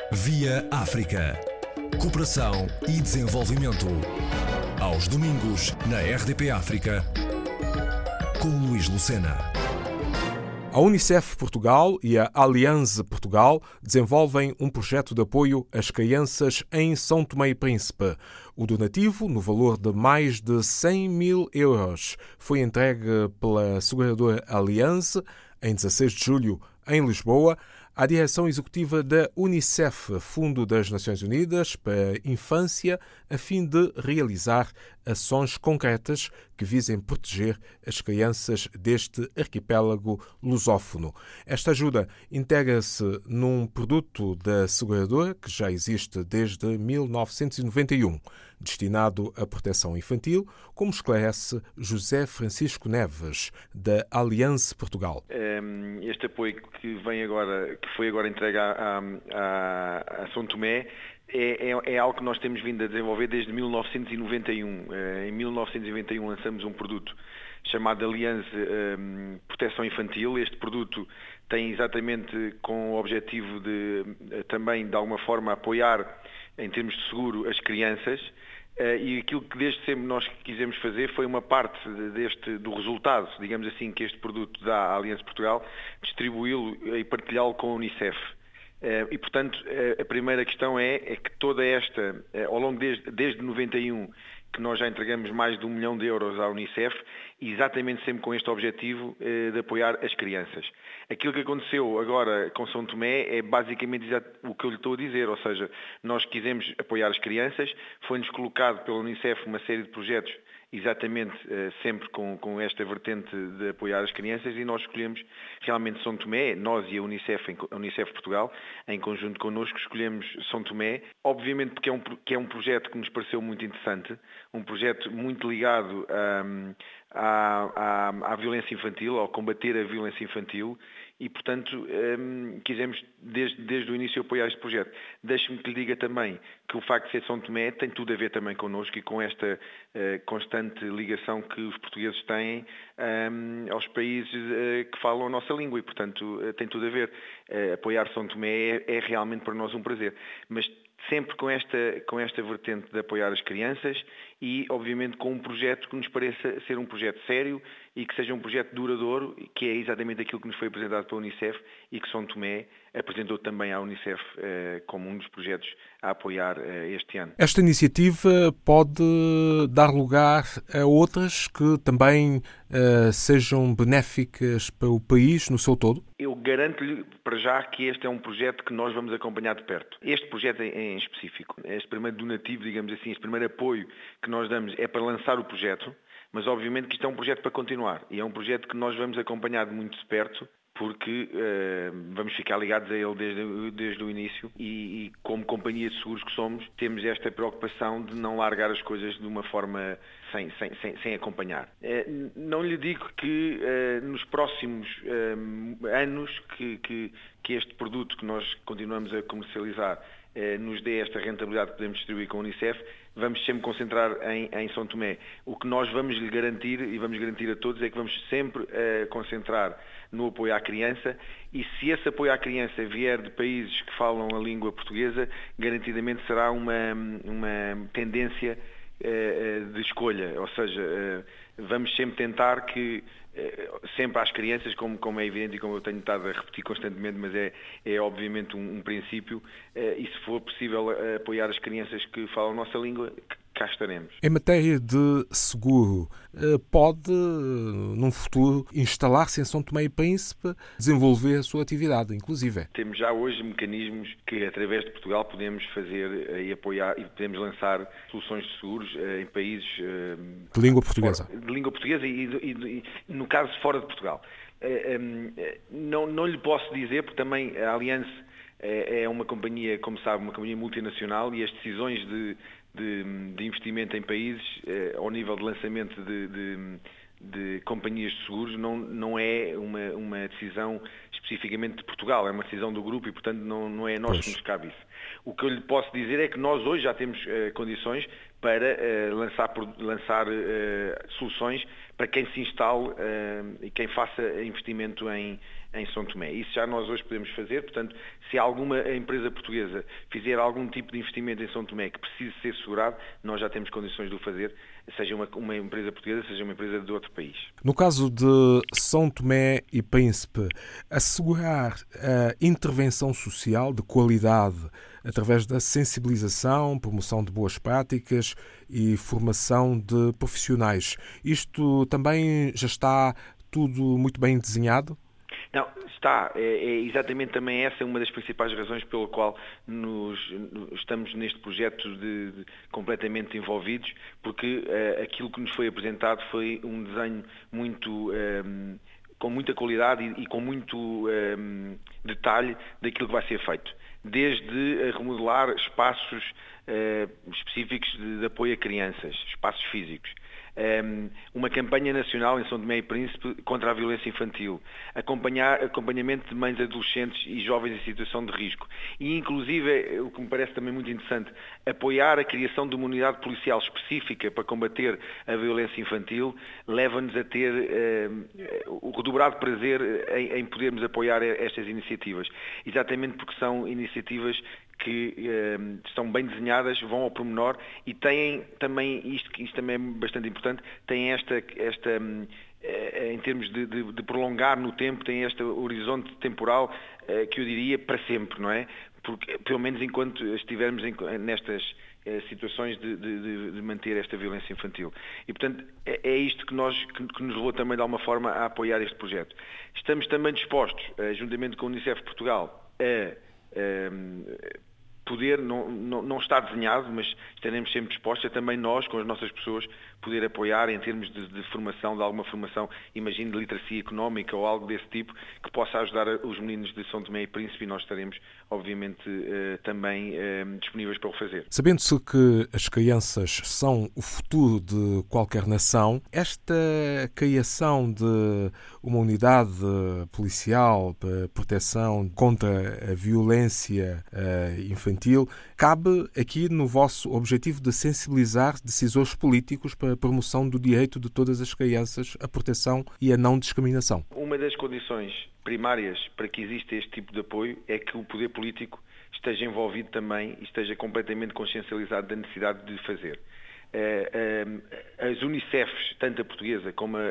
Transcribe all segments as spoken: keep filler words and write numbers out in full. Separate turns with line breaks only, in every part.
Via África. Cooperação e desenvolvimento. Aos domingos, na R D P África, com Luís Lucena.
A Unicef Portugal e a Allianz Portugal desenvolvem um projeto de apoio às crianças em São Tomé e Príncipe. O donativo, no valor de mais de cem mil euros, foi entregue pela seguradora Allianz em dezasseis de julho, em Lisboa, à direção executiva da Unicef, Fundo das Nações Unidas para a Infância, a fim de realizar ações concretas que visem proteger as crianças deste arquipélago lusófono. Esta ajuda integra-se num produto da seguradora que já existe desde mil novecentos e noventa e um, destinado à proteção infantil, como esclarece José Francisco Neves, da Allianz Portugal.
Este apoio que vem agora, que foi agora entregue à, à, à São Tomé, é, é, é algo que nós temos vindo a desenvolver desde mil novecentos e noventa e um. Em mil novecentos e noventa e um lançamos um produto chamado Allianz um, Proteção Infantil. Este produto tem exatamente com o objetivo de também, de alguma forma, apoiar, em termos de seguro, as crianças. Uh, e aquilo que desde sempre nós quisemos fazer foi uma parte deste, do resultado, digamos assim, que este produto dá à Allianz Portugal, distribuí-lo e partilhá-lo com a Unicef. Uh, e, portanto, uh, a primeira questão é, é que toda esta, uh, ao longo desde, desde noventa e um, que nós já entregamos mais de um milhão de euros à Unicef, exatamente sempre com este objetivo uh, de apoiar as crianças. Aquilo que aconteceu agora com São Tomé é basicamente o que eu lhe estou a dizer, ou seja, nós quisemos apoiar as crianças, foi-nos colocado pela Unicef uma série de projetos exatamente uh, sempre com, com esta vertente de apoiar as crianças, e nós escolhemos realmente São Tomé, nós e a Unicef, a Unicef Portugal, em conjunto connosco, escolhemos São Tomé, obviamente porque é um, que é um projeto que nos pareceu muito interessante, um projeto muito ligado um, à, à, à violência infantil, ao combater a violência infantil, e, portanto, um, quisemos desde, desde o início apoiar este projeto. Deixe-me que lhe diga também que o facto de ser São Tomé tem tudo a ver também connosco e com esta uh, constante ligação que os portugueses têm um, aos países uh, que falam a nossa língua, e, portanto, uh, tem tudo a ver. Uh, apoiar São Tomé é, é realmente para nós um prazer. Mas sempre com esta, com esta vertente de apoiar as crianças e, obviamente, com um projeto que nos pareça ser um projeto sério e que seja um projeto duradouro, que é exatamente aquilo que nos foi apresentado pela Unicef e que São Tomé apresentou também à Unicef eh, como um dos projetos a apoiar eh, este ano.
Esta iniciativa pode dar lugar a outras que também eh, sejam benéficas para o país no seu todo?
Eu garanto-lhe para já que este é um projeto que nós vamos acompanhar de perto. Este projeto em específico, este primeiro donativo, digamos assim, este primeiro apoio que nós damos é para lançar o projeto, mas obviamente que isto é um projeto para continuar e é um projeto que nós vamos acompanhar de muito de perto, porque uh, vamos ficar ligados a ele desde, desde o início e, e como companhia de seguros que somos, temos esta preocupação de não largar as coisas de uma forma sem, sem, sem, sem acompanhar. Uh, não lhe digo que uh, nos próximos uh, anos que, que, que este produto que nós continuamos a comercializar uh, nos dê esta rentabilidade que podemos distribuir com a Unicef, vamos sempre concentrar em, em São Tomé. O que nós vamos lhe garantir, e vamos garantir a todos, é que vamos sempre uh, concentrar no apoio à criança, e se esse apoio à criança vier de países que falam a língua portuguesa, garantidamente será uma, uma tendência uh, de escolha, ou seja, uh, vamos sempre tentar que sempre às crianças, como, como é evidente e como eu tenho estado a repetir constantemente, mas é, é obviamente um, um princípio, e se for possível apoiar as crianças que falam a nossa língua, cá estaremos.
Em matéria de seguro, pode, num futuro, instalar-se em São Tomé e Príncipe, desenvolver a sua atividade, inclusive?
Temos já hoje mecanismos que, através de Portugal, podemos fazer e apoiar e podemos lançar soluções de seguros em países
de língua portuguesa.
Fora, de língua portuguesa e, e, e, no caso, fora de Portugal. Não, não lhe posso dizer, porque também a Allianz é uma companhia, como sabe, uma companhia multinacional, e as decisões de De, de investimento em países, eh, ao nível de lançamento de, de, de companhias de seguros, não, não é uma, uma decisão especificamente de Portugal, é uma decisão do grupo e, portanto, não, não é a nós pois. que nos cabe isso. O que eu lhe posso dizer é que nós hoje já temos eh, condições para eh, lançar, lançar eh, soluções para quem se instale eh, e quem faça investimento em, em São Tomé. Isso já nós hoje podemos fazer, portanto, se alguma empresa portuguesa fizer algum tipo de investimento em São Tomé que precise ser segurado, nós já temos condições de o fazer, seja uma, uma empresa portuguesa, seja uma empresa de outro país.
No caso de São Tomé e Príncipe, assegurar a intervenção social de qualidade através da sensibilização, promoção de boas práticas e formação de profissionais, isto também já está tudo muito bem desenhado?
Não, está. É, é exatamente também essa uma das principais razões pela qual nos, estamos neste projeto de, de, completamente envolvidos, porque uh, aquilo que nos foi apresentado foi um desenho muito... Um, com muita qualidade e, e com muito um, detalhe daquilo que vai ser feito. Desde remodelar espaços uh, específicos de, de apoio a crianças, espaços físicos. Um, uma campanha nacional em São Tomé e Príncipe contra a violência infantil, acompanhar, acompanhamento de mães adolescentes e jovens em situação de risco e, inclusive, o que me parece também muito interessante, apoiar a criação de uma unidade policial específica para combater a violência infantil, leva-nos a ter um, o redobrado prazer em, em podermos apoiar estas iniciativas, exatamente porque são iniciativas que eh, estão bem desenhadas, vão ao pormenor e têm também, isto, isto também é bastante importante, têm esta, esta eh, em termos de, de, de prolongar no tempo, têm este horizonte temporal eh, que eu diria para sempre, não é? Porque, pelo menos enquanto estivermos em, nestas eh, situações de, de, de manter esta violência infantil. E, portanto, é, é isto que, nós, que, que nos levou também, de alguma forma, a apoiar este projeto. Estamos também dispostos, eh, juntamente com a Unicef Portugal, a... a poder, não, não, não está desenhado, mas estaremos sempre dispostos a também nós, com as nossas pessoas, poder apoiar em termos de, de formação, de alguma formação, imagino de literacia económica ou algo desse tipo, que possa ajudar os meninos de São Tomé e Príncipe, e nós estaremos, obviamente, eh, também eh, disponíveis para o fazer.
Sabendo-se que as crianças são o futuro de qualquer nação, esta criação de uma unidade policial para proteção contra a violência eh, infantil cabe aqui no vosso objetivo de sensibilizar decisores políticos para a promoção do direito de todas as crianças à proteção e à não discriminação.
Uma das condições primárias para que exista este tipo de apoio é que o poder político esteja envolvido também e esteja completamente consciencializado da necessidade de fazer. As Unicefs, tanto a portuguesa como a, a,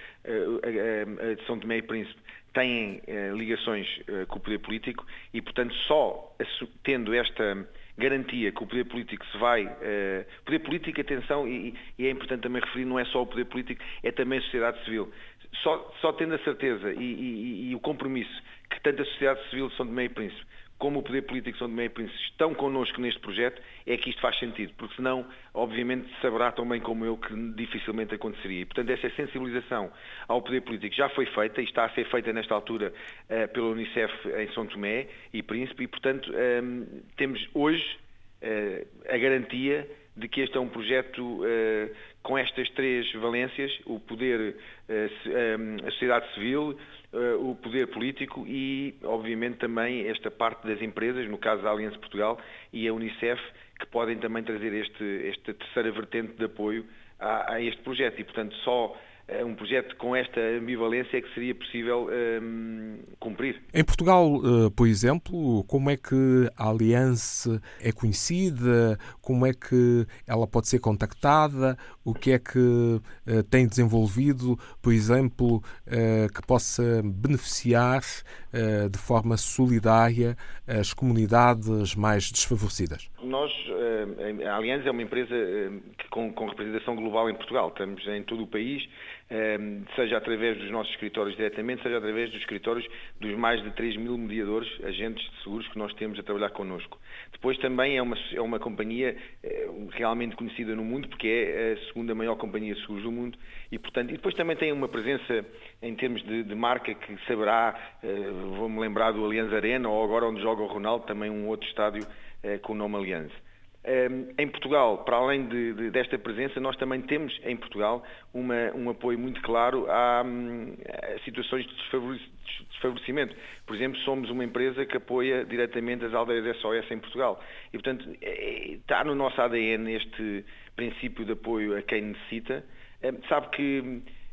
a, a de São Tomé e Príncipe, têm eh, ligações eh, com o poder político e, portanto, só tendo esta garantia que o poder político se vai... Eh, poder político, atenção, e, e é importante também referir, não é só o poder político, é também a sociedade civil. Só, só tendo a certeza e, e, e o compromisso que tanto a sociedade civil de São Tomé e Príncipe como o poder político de São Tomé e Príncipe estão connosco neste projeto, é que isto faz sentido, porque senão, obviamente, saberá tão bem como eu que dificilmente aconteceria. E, portanto, essa sensibilização ao poder político já foi feita e está a ser feita nesta altura uh, pela Unicef em São Tomé e Príncipe e, portanto, um, temos hoje uh, a garantia de que este é um projeto uh, com estas três valências, o poder, uh, a sociedade civil, uh, o poder político e, obviamente, também esta parte das empresas, no caso da Aliança Portugal e a Unicef, que podem também trazer este, esta terceira vertente de apoio a, a este projeto. E, portanto, só um projeto com esta ambivalência é que seria possível um, cumprir.
Em Portugal, por exemplo, como é que a Aliança é conhecida? Como é que ela pode ser contactada? O que é que uh, tem desenvolvido, por exemplo, uh, que possa beneficiar uh, de forma solidária as comunidades mais desfavorecidas?
Nós, uh, a Aliança é uma empresa uh, que, com, com representação global em Portugal. Estamos em todo o país, seja através dos nossos escritórios diretamente, seja através dos escritórios dos mais de três mil mediadores, agentes de seguros que nós temos a trabalhar connosco. Depois também é uma, é uma companhia realmente conhecida no mundo, porque é a segunda maior companhia de seguros do mundo e, portanto, e depois também tem uma presença em termos de, de marca que saberá, vou-me lembrar do Allianz Arena ou agora onde joga o Ronaldo, também um outro estádio com o nome Allianz. Em Portugal, para além de, de, desta presença, nós também temos em Portugal uma, um apoio muito claro a, a situações de desfavorecimento. Por exemplo, somos uma empresa que apoia diretamente as aldeias S O S em Portugal. E, portanto, é, está no nosso A D N este princípio de apoio a quem necessita. Sabe que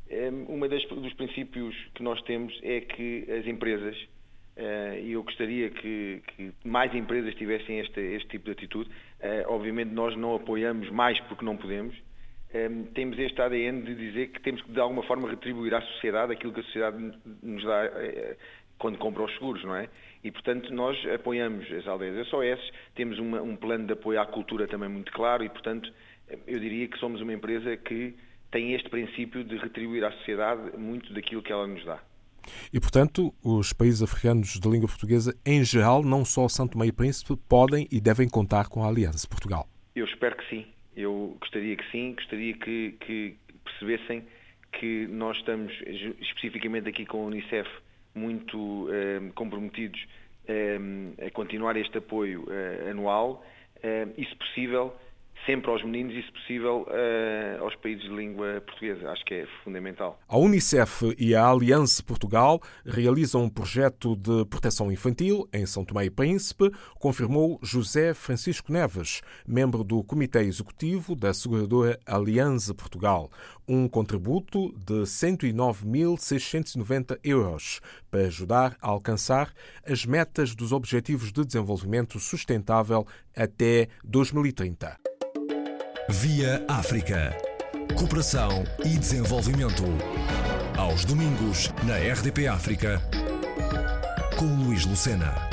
Um dos princípios que nós temos é que as empresas, e eu gostaria que, que mais empresas tivessem este, este tipo de atitude, obviamente nós não apoiamos mais porque não podemos, temos este A D N de dizer que temos que de alguma forma retribuir à sociedade aquilo que a sociedade nos dá quando compra os seguros, não é? E, portanto, nós apoiamos as aldeias S O S, temos uma, um plano de apoio à cultura também muito claro e, portanto, eu diria que somos uma empresa que tem este princípio de retribuir à sociedade muito daquilo que ela nos dá.
E, portanto, os países africanos de língua portuguesa, em geral, não só São Tomé e Príncipe, podem e devem contar com a Aliança Portugal?
Eu espero que sim. Eu gostaria que sim, gostaria que, que percebessem que nós estamos, especificamente aqui com a Unicef, muito eh, comprometidos eh, a continuar este apoio eh, anual eh, e, se possível, sempre aos meninos e, se possível, uh, aos países de língua portuguesa. Acho que é fundamental.
A Unicef e a Aliança Portugal realizam um projeto de proteção infantil em São Tomé e Príncipe, confirmou José Francisco Neves, membro do Comitê Executivo da seguradora Aliança Portugal. Um contributo de cento e nove mil seiscentos e noventa euros para ajudar a alcançar as metas dos Objetivos de Desenvolvimento Sustentável até dois mil e trinta.
Via África. Cooperação e desenvolvimento. Aos domingos, na R D P África, com Luís Lucena.